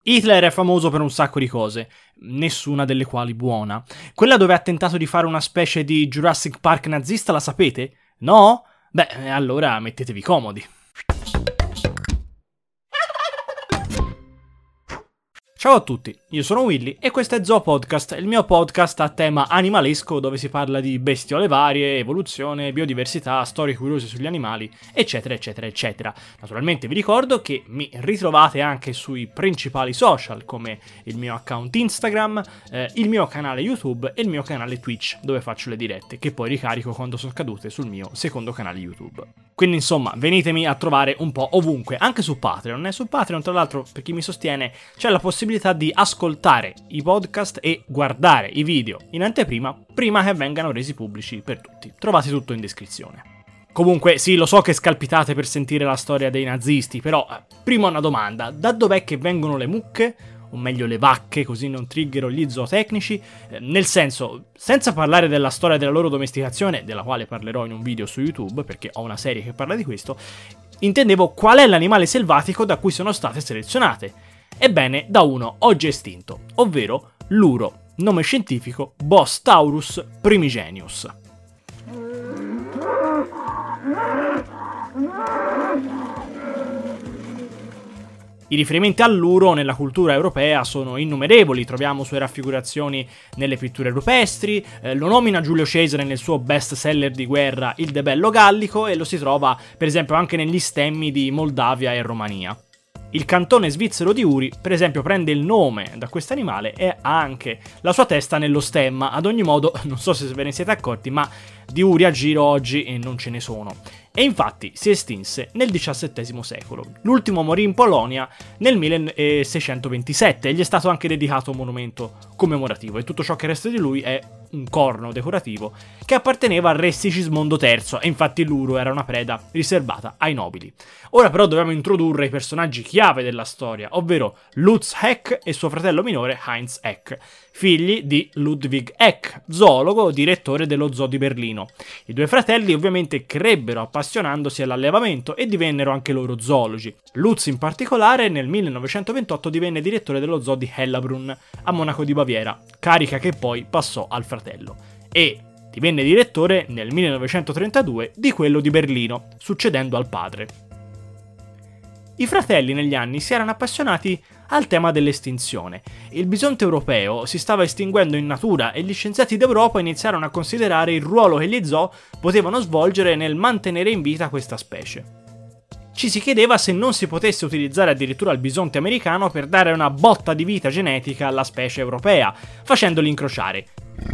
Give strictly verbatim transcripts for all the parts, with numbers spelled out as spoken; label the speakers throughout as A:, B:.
A: Hitler è famoso per un sacco di cose, nessuna delle quali buona. Quella dove ha tentato di fare una specie di Jurassic Park nazista la sapete? No? Beh, allora mettetevi comodi. Ciao a tutti, io sono Willy e questo è Zoo Podcast, il mio podcast a tema animalesco dove si parla di bestiole varie, evoluzione, biodiversità, storie curiose sugli animali, eccetera eccetera eccetera. Naturalmente vi ricordo che mi ritrovate anche sui principali social come il mio account Instagram, eh, il mio canale YouTube e il mio canale Twitch dove faccio le dirette che poi ricarico quando sono cadute sul mio secondo canale YouTube. Quindi insomma venitemi a trovare un po' ovunque, anche su Patreon. E su Patreon tra l'altro per chi mi sostiene c'è la possibilità di ascoltare i podcast e guardare i video in anteprima prima che vengano resi pubblici per tutti. Trovate tutto in descrizione. Comunque sì, lo so che scalpitate per sentire la storia dei nazisti, però eh, prima una domanda: da dov'è che vengono le mucche? O meglio le vacche, così non triggero gli zootecnici, eh, nel senso, senza parlare della storia della loro domesticazione, della quale parlerò in un video su YouTube, perché ho una serie che parla di questo, intendevo qual è l'animale selvatico da cui sono state selezionate. Ebbene, da uno oggi estinto, ovvero l'uro, nome scientifico Bos taurus primigenius. I riferimenti all'uro nella cultura europea sono innumerevoli, troviamo sue raffigurazioni nelle pitture rupestri, eh, lo nomina Giulio Cesare nel suo best seller di guerra Il Debello Gallico e lo si trova per esempio anche negli stemmi di Moldavia e Romania. Il cantone svizzero di Uri, per esempio, prende il nome da questo animale e ha anche la sua testa nello stemma. Ad ogni modo, non so se ve ne siete accorti, ma di Uri a giro oggi non ce ne sono. E infatti si estinse nel diciassettesimo secolo. L'ultimo morì in Polonia nel milleseicentoventisette e gli è stato anche dedicato un monumento commemorativo. E tutto ciò che resta di lui è un corno decorativo che apparteneva al re Sigismondo terzo e infatti l'uro era una preda riservata ai nobili. Ora però dobbiamo introdurre i personaggi chiave della storia, ovvero Lutz Eck e suo fratello minore Heinz Eck, figli di Ludwig Eck, zoologo e direttore dello zoo di Berlino. I due fratelli ovviamente crebbero appassionandosi all'allevamento e divennero anche loro zoologi. Lutz in particolare nel millenovecentoventotto divenne direttore dello zoo di Hellabrunn a Monaco di Baviera, carica che poi passò al fratello, e divenne direttore nel millenovecentotrentadue di quello di Berlino, succedendo al padre. I fratelli negli anni si erano appassionati al tema dell'estinzione. Il bisonte europeo si stava estinguendo in natura e gli scienziati d'Europa iniziarono a considerare il ruolo che gli zoo potevano svolgere nel mantenere in vita questa specie. Ci si chiedeva se non si potesse utilizzare addirittura il bisonte americano per dare una botta di vita genetica alla specie europea, facendoli incrociare.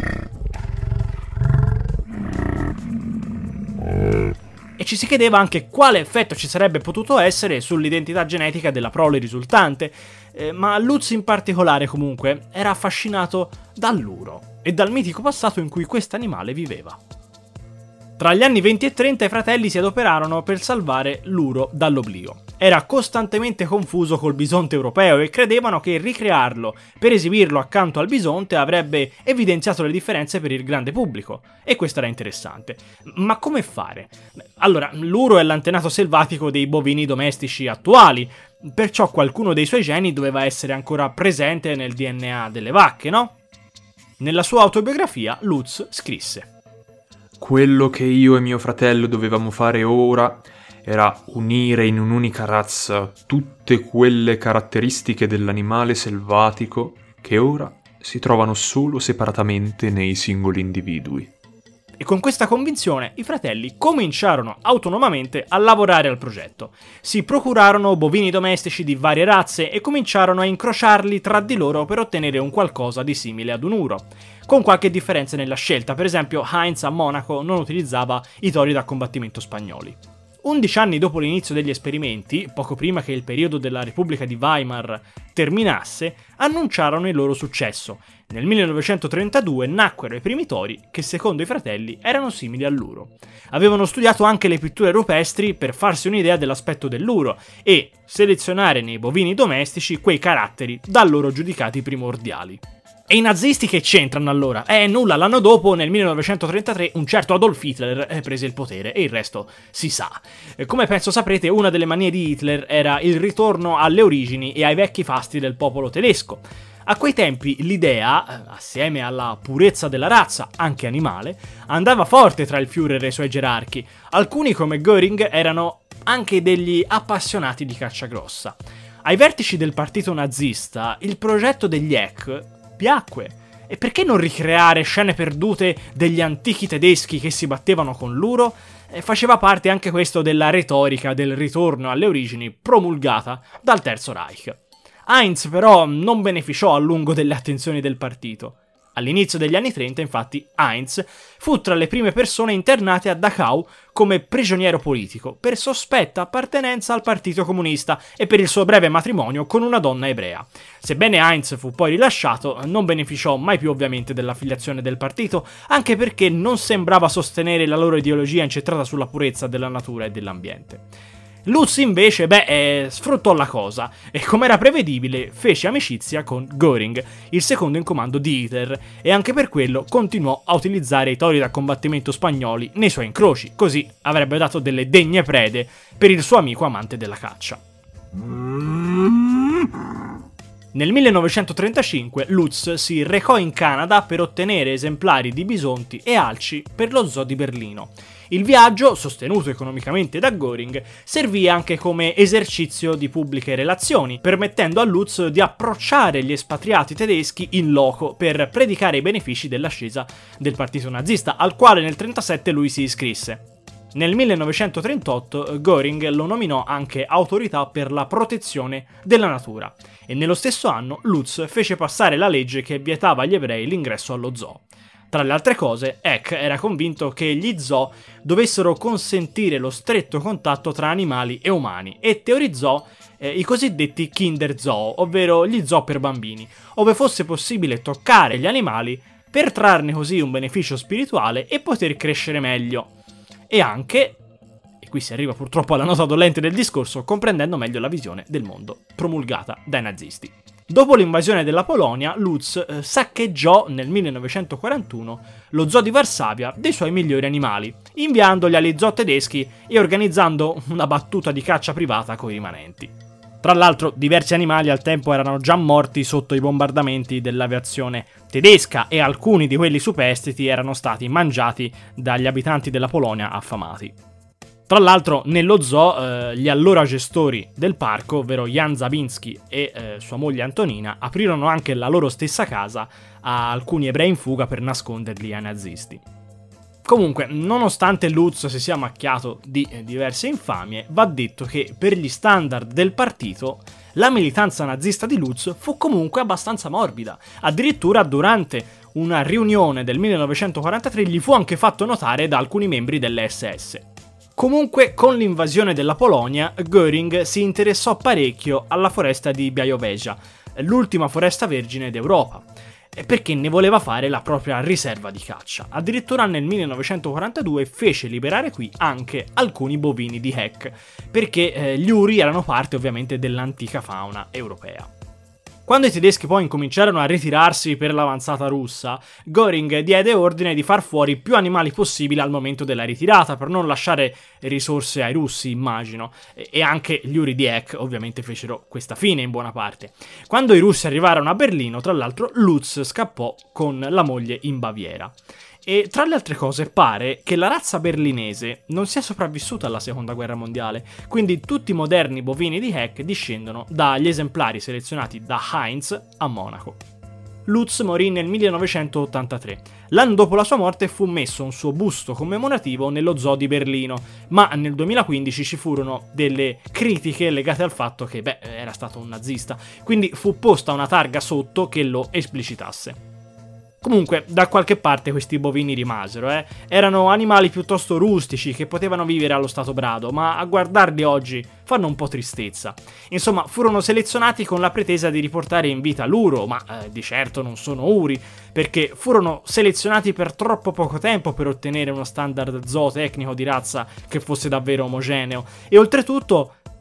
A: E ci si chiedeva anche quale effetto ci sarebbe potuto essere sull'identità genetica della prole risultante, eh, ma Lutz in particolare comunque era affascinato dall'uro e dal mitico passato in cui quest'animale viveva. Tra gli anni venti e trenta i fratelli si adoperarono per salvare l'uro dall'oblio. Era costantemente confuso col bisonte europeo e credevano che ricrearlo per esibirlo accanto al bisonte avrebbe evidenziato le differenze per il grande pubblico, e questo era interessante. Ma come fare? Allora, l'uro è l'antenato selvatico dei bovini domestici attuali, perciò qualcuno dei suoi geni doveva essere ancora presente nel D N A delle vacche, no? Nella sua autobiografia Lutz scrisse:
B: quello che io e mio fratello dovevamo fare ora era unire in un'unica razza tutte quelle caratteristiche dell'animale selvatico che ora si trovano solo separatamente nei singoli individui.
A: E con questa convinzione i fratelli cominciarono autonomamente a lavorare al progetto. Si procurarono bovini domestici di varie razze e cominciarono a incrociarli tra di loro per ottenere un qualcosa di simile ad un uro, con qualche differenza nella scelta. Per esempio, Heinz a Monaco non utilizzava i tori da combattimento spagnoli. undici anni dopo l'inizio degli esperimenti, poco prima che il periodo della Repubblica di Weimar terminasse, annunciarono il loro successo. Nel millenovecentotrentadue nacquero i primi tori che, secondo i fratelli, erano simili all'uro. Avevano studiato anche le pitture rupestri per farsi un'idea dell'aspetto dell'uro e selezionare nei bovini domestici quei caratteri da loro giudicati primordiali. E i nazisti che c'entrano allora? Eh, nulla, l'anno dopo, nel millenovecentotrentatré, un certo Adolf Hitler prese il potere e il resto si sa. Come penso saprete, una delle manie di Hitler era il ritorno alle origini e ai vecchi fasti del popolo tedesco. A quei tempi l'idea, assieme alla purezza della razza, anche animale, andava forte tra il Führer e i suoi gerarchi. Alcuni, come Göring, erano anche degli appassionati di caccia grossa. Ai vertici del partito nazista, il progetto degli Heck piacque. E perché non ricreare scene perdute degli antichi tedeschi che si battevano con l'Uro? E faceva parte anche questo della retorica del ritorno alle origini promulgata dal Terzo Reich. Heinz però non beneficiò a lungo delle attenzioni del partito. All'inizio degli anni trenta, infatti, Heinz fu tra le prime persone internate a Dachau come prigioniero politico per sospetta appartenenza al Partito Comunista e per il suo breve matrimonio con una donna ebrea. Sebbene Heinz fu poi rilasciato, non beneficiò mai più ovviamente dell'affiliazione del partito, anche perché non sembrava sostenere la loro ideologia incentrata sulla purezza della natura e dell'ambiente. Lutz invece, beh, eh, sfruttò la cosa e, come era prevedibile, fece amicizia con Göring, il secondo in comando di Hitler, e anche per quello continuò a utilizzare i tori da combattimento spagnoli nei suoi incroci, così avrebbe dato delle degne prede per il suo amico amante della caccia. Nel millenovecentotrentacinque Lutz si recò in Canada per ottenere esemplari di bisonti e alci per lo zoo di Berlino. Il viaggio, sostenuto economicamente da Göring, servì anche come esercizio di pubbliche relazioni, permettendo a Lutz di approcciare gli espatriati tedeschi in loco per predicare i benefici dell'ascesa del partito nazista, al quale nel trentasette lui si iscrisse. Nel millenovecentotrentotto Göring lo nominò anche autorità per la protezione della natura e nello stesso anno Lutz fece passare la legge che vietava agli ebrei l'ingresso allo zoo. Tra le altre cose, Heck era convinto che gli zoo dovessero consentire lo stretto contatto tra animali e umani e teorizzò eh, i cosiddetti Kinder Zoo, ovvero gli zoo per bambini, ove fosse possibile toccare gli animali per trarne così un beneficio spirituale e poter crescere meglio. E anche, e qui si arriva purtroppo alla nota dolente del discorso, comprendendo meglio la visione del mondo promulgata dai nazisti. Dopo l'invasione della Polonia, Lutz eh, saccheggiò nel millenovecentoquarantuno lo zoo di Varsavia dei suoi migliori animali, inviandoli agli zoo tedeschi e organizzando una battuta di caccia privata coi rimanenti. Tra l'altro, diversi animali al tempo erano già morti sotto i bombardamenti dell'aviazione tedesca e alcuni di quelli superstiti erano stati mangiati dagli abitanti della Polonia affamati. Tra l'altro, nello zoo, eh, gli allora gestori del parco, ovvero Jan Zabinski e eh, sua moglie Antonina, aprirono anche la loro stessa casa a alcuni ebrei in fuga per nasconderli ai nazisti. Comunque, nonostante Lutz si sia macchiato di eh, diverse infamie, va detto che per gli standard del partito la militanza nazista di Lutz fu comunque abbastanza morbida. Addirittura durante una riunione del millenovecentoquarantatré gli fu anche fatto notare da alcuni membri dell'esse esse. Comunque, con l'invasione della Polonia, Göring si interessò parecchio alla foresta di Białowieża, l'ultima foresta vergine d'Europa, perché ne voleva fare la propria riserva di caccia. Addirittura nel millenovecentoquarantadue fece liberare qui anche alcuni bovini di Heck, perché eh, gli uri erano parte ovviamente dell'antica fauna europea. Quando i tedeschi poi incominciarono a ritirarsi per l'avanzata russa, Göring diede ordine di far fuori più animali possibile al momento della ritirata, per non lasciare risorse ai russi, immagino, e anche gli uri di Heck ovviamente fecero questa fine in buona parte. Quando i russi arrivarono a Berlino, tra l'altro, Lutz scappò con la moglie in Baviera. E tra le altre cose pare che la razza berlinese non sia sopravvissuta alla seconda guerra mondiale, quindi tutti i moderni bovini di Heck discendono dagli esemplari selezionati da Heinz a Monaco. Lutz morì nel millenovecentottantatré. L'anno dopo la sua morte fu messo un suo busto commemorativo nello zoo di Berlino, ma nel duemilaquindici ci furono delle critiche legate al fatto che, beh, era stato un nazista, quindi fu posta una targa sotto che lo esplicitasse. Comunque, da qualche parte questi bovini rimasero, eh. Erano animali piuttosto rustici che potevano vivere allo stato brado, ma a guardarli oggi fanno un po' tristezza. Insomma, furono selezionati con la pretesa di riportare in vita l'uro, ma eh, di certo non sono uri, perché furono selezionati per troppo poco tempo per ottenere uno standard zootecnico di razza che fosse davvero omogeneo, e oltretutto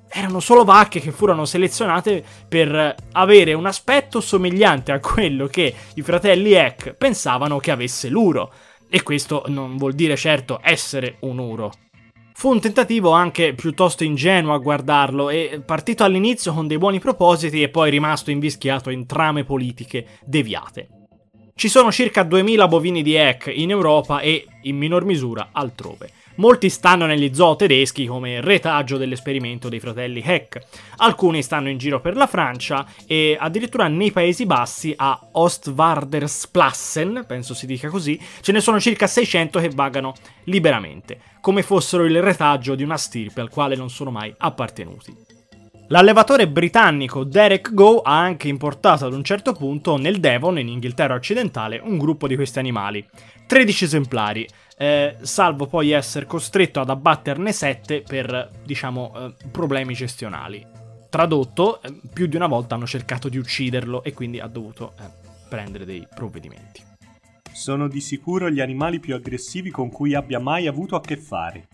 A: erano solo vacche che furono selezionate per avere un aspetto somigliante a quello che i fratelli Heck pensavano che avesse l'uro. E questo non vuol dire certo essere un uro. Fu un tentativo anche piuttosto ingenuo a guardarlo e partito all'inizio con dei buoni propositi e poi rimasto invischiato in trame politiche deviate. Ci sono circa duemila bovini di Heck in Europa e, in minor misura, altrove. Molti stanno negli zoo tedeschi come retaggio dell'esperimento dei fratelli Heck. Alcuni stanno in giro per la Francia e addirittura nei Paesi Bassi a Ostvaardersplassen, penso si dica così, ce ne sono circa seicento che vagano liberamente, come fossero il retaggio di una stirpe al quale non sono mai appartenuti. L'allevatore britannico Derek Gow ha anche importato ad un certo punto nel Devon, in Inghilterra occidentale, un gruppo di questi animali, tredici esemplari, eh, salvo poi essere costretto ad abbatterne sette per, diciamo, eh, problemi gestionali. Tradotto, eh, più di una volta hanno cercato di ucciderlo e quindi ha dovuto eh, prendere dei provvedimenti.
C: Sono di sicuro gli animali più aggressivi con cui abbia mai avuto a che fare.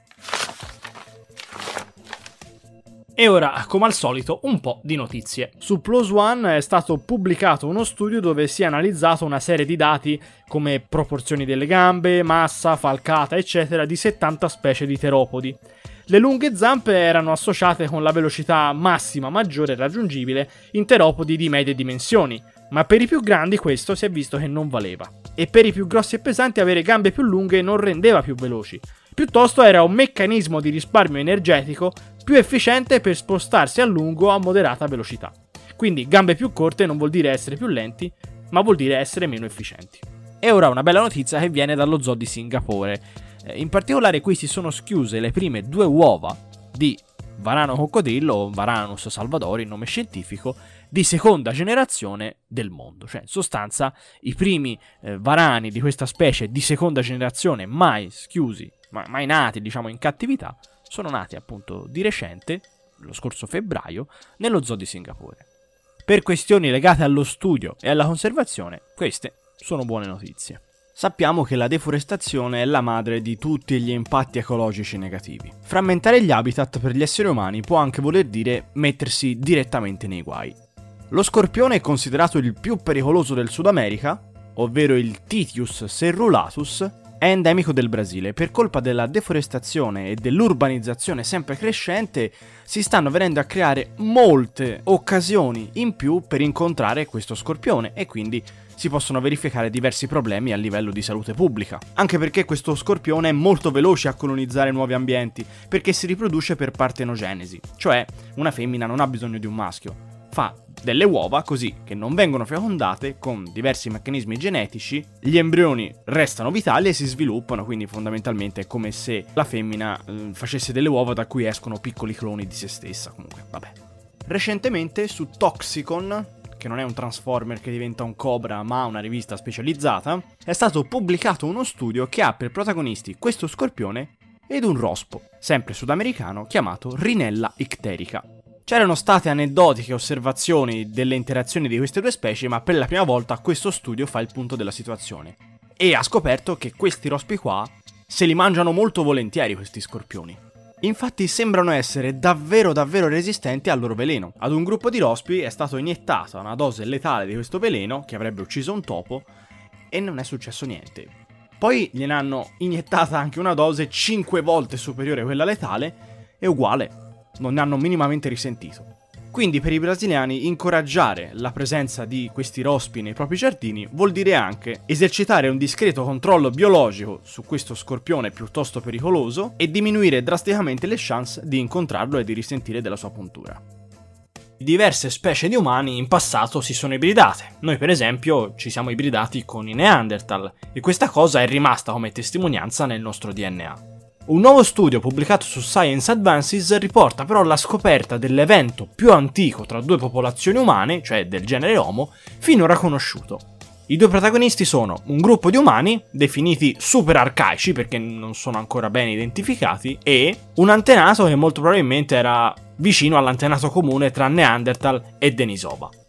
A: E ora, come al solito, un po' di notizie. Su Plus One è stato pubblicato uno studio dove si è analizzato una serie di dati come proporzioni delle gambe, massa, falcata, eccetera, di settanta specie di teropodi. Le lunghe zampe erano associate con la velocità massima maggiore raggiungibile in teropodi di medie dimensioni, ma per i più grandi questo si è visto che non valeva. E per i più grossi e pesanti avere gambe più lunghe non rendeva più veloci. Piuttosto era un meccanismo di risparmio energetico più efficiente per spostarsi a lungo a moderata velocità. Quindi gambe più corte non vuol dire essere più lenti, ma vuol dire essere meno efficienti. E ora una bella notizia che viene dallo zoo di Singapore. In particolare qui si sono schiuse le prime due uova di varano coccodrillo, o Varanus salvadori, nome scientifico, di seconda generazione del mondo. Cioè in sostanza i primi eh, varani di questa specie di seconda generazione mai schiusi, ma, mai nati diciamo in cattività, sono nati appunto di recente, lo scorso febbraio, nello zoo di Singapore. Per questioni legate allo studio e alla conservazione, queste sono buone notizie. Sappiamo che la deforestazione è la madre di tutti gli impatti ecologici negativi. Frammentare gli habitat per gli esseri umani può anche voler dire mettersi direttamente nei guai. Lo scorpione è considerato il più pericoloso del Sud America, ovvero il Titius cerulatus, è endemico del Brasile. Per colpa della deforestazione e dell'urbanizzazione sempre crescente si stanno venendo a creare molte occasioni in più per incontrare questo scorpione e quindi si possono verificare diversi problemi a livello di salute pubblica. Anche perché questo scorpione è molto veloce a colonizzare nuovi ambienti, perché si riproduce per partenogenesi, cioè una femmina non ha bisogno di un maschio, fa delle uova così che non vengono fecondate con diversi meccanismi genetici, gli embrioni restano vitali e si sviluppano, quindi fondamentalmente è come se la femmina eh, facesse delle uova da cui escono piccoli cloni di se stessa. Comunque, vabbè. Recentemente su Toxicon, che non è un Transformer che diventa un Cobra ma una rivista specializzata, è stato pubblicato uno studio che ha per protagonisti questo scorpione ed un rospo, sempre sudamericano, chiamato Rhinella icterica. C'erano state aneddotiche osservazioni delle interazioni di queste due specie, ma per la prima volta questo studio fa il punto della situazione. E ha scoperto che questi rospi qua se li mangiano molto volentieri questi scorpioni. Infatti sembrano essere davvero davvero resistenti al loro veleno. Ad un gruppo di rospi è stato iniettata una dose letale di questo veleno, che avrebbe ucciso un topo, e non è successo niente. Poi gliene hanno iniettata anche una dose cinque volte superiore a quella letale, e uguale. Non ne hanno minimamente risentito. Quindi per i brasiliani incoraggiare la presenza di questi rospi nei propri giardini vuol dire anche esercitare un discreto controllo biologico su questo scorpione piuttosto pericoloso e diminuire drasticamente le chance di incontrarlo e di risentire della sua puntura. Diverse specie di umani in passato si sono ibridate. Noi per esempio ci siamo ibridati con i Neanderthal e questa cosa è rimasta come testimonianza nel nostro D N A. Un nuovo studio pubblicato su Science Advances riporta però la scoperta dell'evento più antico tra due popolazioni umane, cioè del genere Homo, finora conosciuto. I due protagonisti sono un gruppo di umani, definiti super arcaici perché non sono ancora ben identificati, e un antenato che molto probabilmente era vicino all'antenato comune tra Neanderthal e Denisova.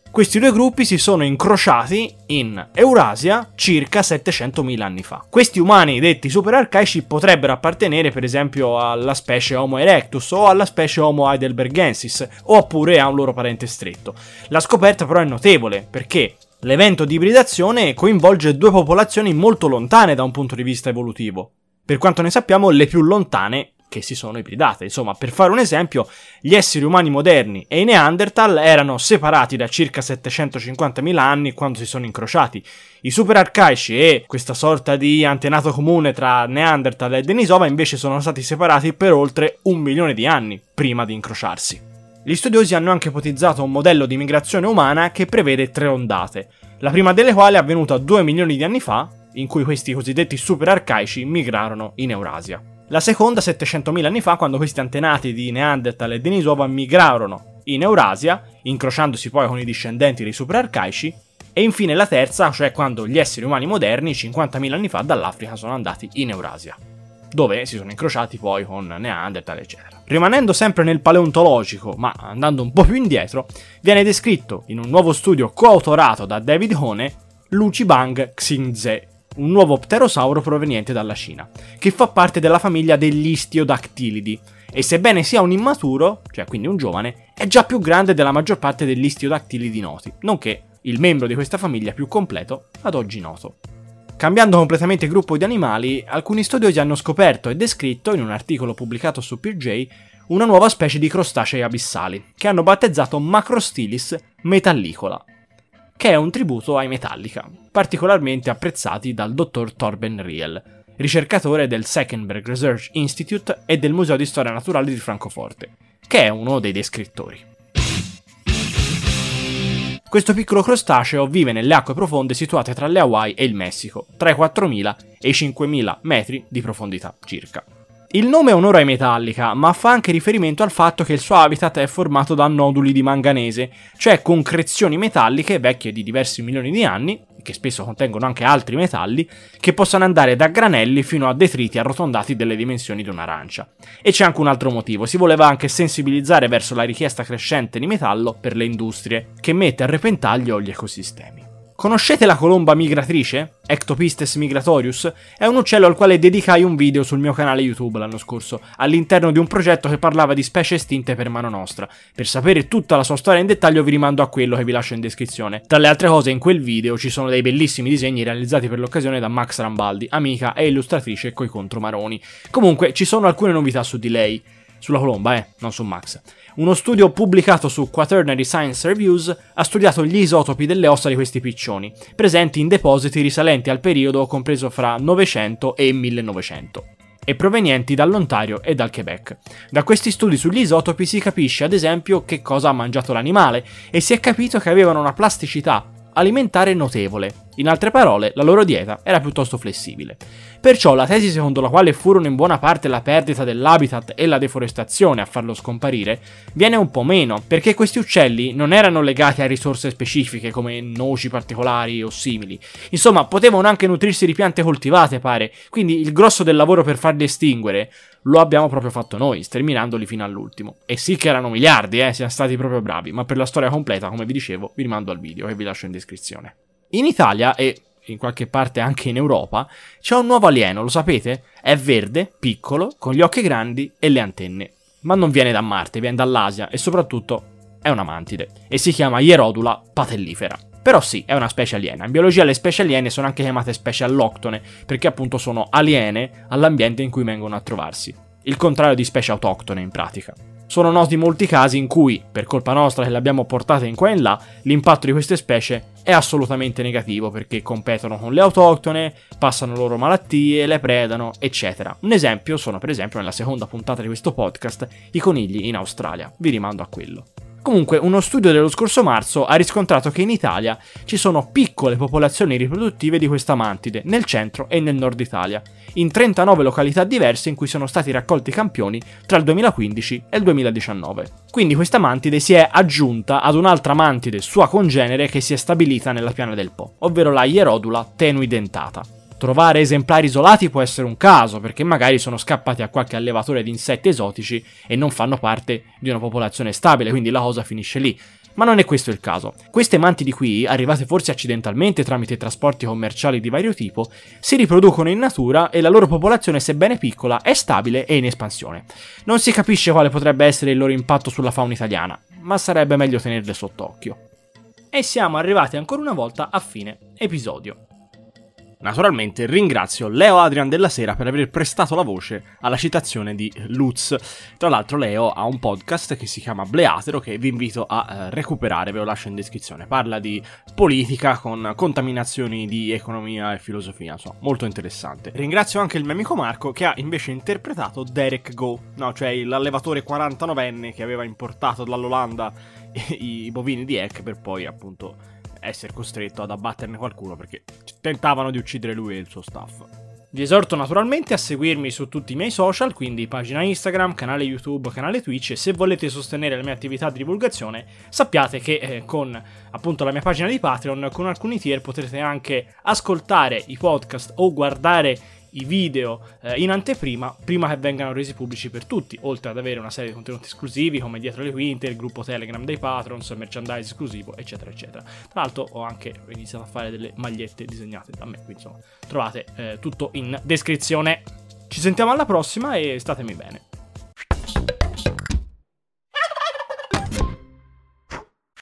A: Questi due gruppi si sono incrociati in Eurasia circa settecentomila anni fa. Questi umani detti super arcaici potrebbero appartenere per esempio alla specie Homo erectus o alla specie Homo heidelbergensis, oppure a un loro parente stretto. La scoperta però è notevole perché l'evento di ibridazione coinvolge due popolazioni molto lontane da un punto di vista evolutivo. Per quanto ne sappiamo, le più lontane che si sono ibridate. Insomma, per fare un esempio, gli esseri umani moderni e i Neanderthal erano separati da circa settecentocinquantamila anni quando si sono incrociati. I super arcaici e questa sorta di antenato comune tra Neanderthal e Denisova invece sono stati separati per oltre un milione di anni prima di incrociarsi. Gli studiosi hanno anche ipotizzato un modello di migrazione umana che prevede tre ondate, la prima delle quali è avvenuta due milioni di anni fa, in cui questi cosiddetti super arcaici migrarono in Eurasia. La seconda settecentomila anni fa, quando questi antenati di Neanderthal e Denisova migrarono in Eurasia, incrociandosi poi con i discendenti dei super arcaici, e infine la terza, cioè quando gli esseri umani moderni, cinquantamila anni fa, dall'Africa sono andati in Eurasia, dove si sono incrociati poi con Neanderthal, eccetera. Rimanendo sempre nel paleontologico, ma andando un po' più indietro, viene descritto in un nuovo studio coautorato da David Hone Lucibang Xingze, un nuovo pterosauro proveniente dalla Cina, che fa parte della famiglia degli istiodactilidi, e sebbene sia un immaturo, cioè quindi un giovane, è già più grande della maggior parte degli istiodactilidi noti, nonché il membro di questa famiglia più completo ad oggi noto. Cambiando completamente gruppo di animali, alcuni studiosi hanno scoperto e descritto, in un articolo pubblicato su P J, una nuova specie di crostacei abissali, che hanno battezzato Macrostylis metallicola, che è un tributo ai Metallica, particolarmente apprezzati dal dottor Torben Riel, ricercatore del Senckenberg Research Institute e del Museo di Storia Naturale di Francoforte, che è uno dei descrittori. Questo piccolo crostaceo vive nelle acque profonde situate tra le Hawaii e il Messico, tra i quattromila e i cinquemila metri di profondità circa. Il nome onora i Metallica, ma fa anche riferimento al fatto che il suo habitat è formato da noduli di manganese, cioè concrezioni metalliche vecchie di diversi milioni di anni, che spesso contengono anche altri metalli, che possono andare da granelli fino a detriti arrotondati delle dimensioni di un'arancia. E c'è anche un altro motivo: si voleva anche sensibilizzare verso la richiesta crescente di metallo per le industrie, che mette a repentaglio gli ecosistemi. Conoscete la colomba migratrice? Ectopistes migratorius? È un uccello al quale dedicai un video sul mio canale YouTube l'anno scorso, all'interno di un progetto che parlava di specie estinte per mano nostra. Per sapere tutta la sua storia in dettaglio vi rimando a quello che vi lascio in descrizione. Tra le altre cose, in quel video ci sono dei bellissimi disegni realizzati per l'occasione da Max Rambaldi, amica e illustratrice coi contromaroni. Comunque, ci sono alcune novità su di lei. Sulla colomba, eh, non su Max. Uno studio pubblicato su Quaternary Science Reviews ha studiato gli isotopi delle ossa di questi piccioni, presenti in depositi risalenti al periodo compreso fra novecento e millenovecento, e provenienti dall'Ontario e dal Quebec. Da questi studi sugli isotopi si capisce ad esempio che cosa ha mangiato l'animale, e si è capito che avevano una plasticità alimentare notevole. In altre parole, la loro dieta era piuttosto flessibile. Perciò la tesi secondo la quale furono in buona parte la perdita dell'habitat e la deforestazione a farlo scomparire viene un po' meno, perché questi uccelli non erano legati a risorse specifiche come noci particolari o simili. Insomma, potevano anche nutrirsi di piante coltivate, pare, quindi il grosso del lavoro per farli estinguere lo abbiamo proprio fatto noi, sterminandoli fino all'ultimo. E sì che erano miliardi, eh, siamo stati proprio bravi, ma per la storia completa, come vi dicevo, vi rimando al video che vi lascio in descrizione. In Italia, e in qualche parte anche in Europa, c'è un nuovo alieno, lo sapete? È verde, piccolo, con gli occhi grandi e le antenne. Ma non viene da Marte, viene dall'Asia e soprattutto è una mantide. E si chiama Hierodula patellifera. Però sì, è una specie aliena. In biologia le specie aliene sono anche chiamate specie alloctone, perché appunto sono aliene all'ambiente in cui vengono a trovarsi. Il contrario di specie autoctone in pratica. Sono noti molti casi in cui, per colpa nostra che le abbiamo portate in qua e in là, l'impatto di queste specie è assolutamente negativo perché competono con le autoctone, passano loro malattie, le predano, eccetera. Un esempio sono per esempio nella seconda puntata di questo podcast i conigli in Australia, vi rimando a quello. Comunque, uno studio dello scorso marzo ha riscontrato che in Italia ci sono piccole popolazioni riproduttive di questa mantide nel centro e nel nord Italia, in trentanove località diverse in cui sono stati raccolti campioni tra il duemilaquindici e il duemiladiciannove. Quindi questa mantide si è aggiunta ad un'altra mantide sua congenere che si è stabilita nella piana del Po, ovvero la Hierodula tenuidentata. Trovare esemplari isolati può essere un caso, perché magari sono scappati a qualche allevatore di insetti esotici e non fanno parte di una popolazione stabile, quindi la cosa finisce lì. Ma non è questo il caso. Queste mantidi qui, arrivate forse accidentalmente tramite trasporti commerciali di vario tipo, si riproducono in natura e la loro popolazione, sebbene piccola, è stabile e in espansione. Non si capisce quale potrebbe essere il loro impatto sulla fauna italiana, ma sarebbe meglio tenerle sott'occhio. E siamo arrivati ancora una volta a fine episodio. Naturalmente ringrazio Leo Adrian della Sera per aver prestato la voce alla citazione di Lutz. Tra l'altro Leo ha un podcast che si chiama Bleatero, che vi invito a eh, recuperare, ve lo lascio in descrizione. Parla di politica con contaminazioni di economia e filosofia, insomma, molto interessante. Ringrazio anche il mio amico Marco che ha invece interpretato Derek Go, no, cioè l'allevatore quarantanovenne che aveva importato dall'Olanda i, i bovini di Eck per poi appunto essere costretto ad abbatterne qualcuno perché tentavano di uccidere lui e il suo staff. Vi esorto naturalmente a seguirmi su tutti i miei social, quindi pagina Instagram, canale YouTube, canale Twitch, e se volete sostenere le mie attività di divulgazione sappiate che eh, con appunto la mia pagina di Patreon, con alcuni tier potrete anche ascoltare i podcast o guardare i video eh, in anteprima prima che vengano resi pubblici per tutti, oltre ad avere una serie di contenuti esclusivi come Dietro le Quinte, il gruppo Telegram dei Patrons, merchandise esclusivo, eccetera eccetera. Tra l'altro ho anche iniziato a fare delle magliette disegnate da me, quindi insomma trovate eh, tutto in descrizione. Ci sentiamo alla prossima e statemi bene.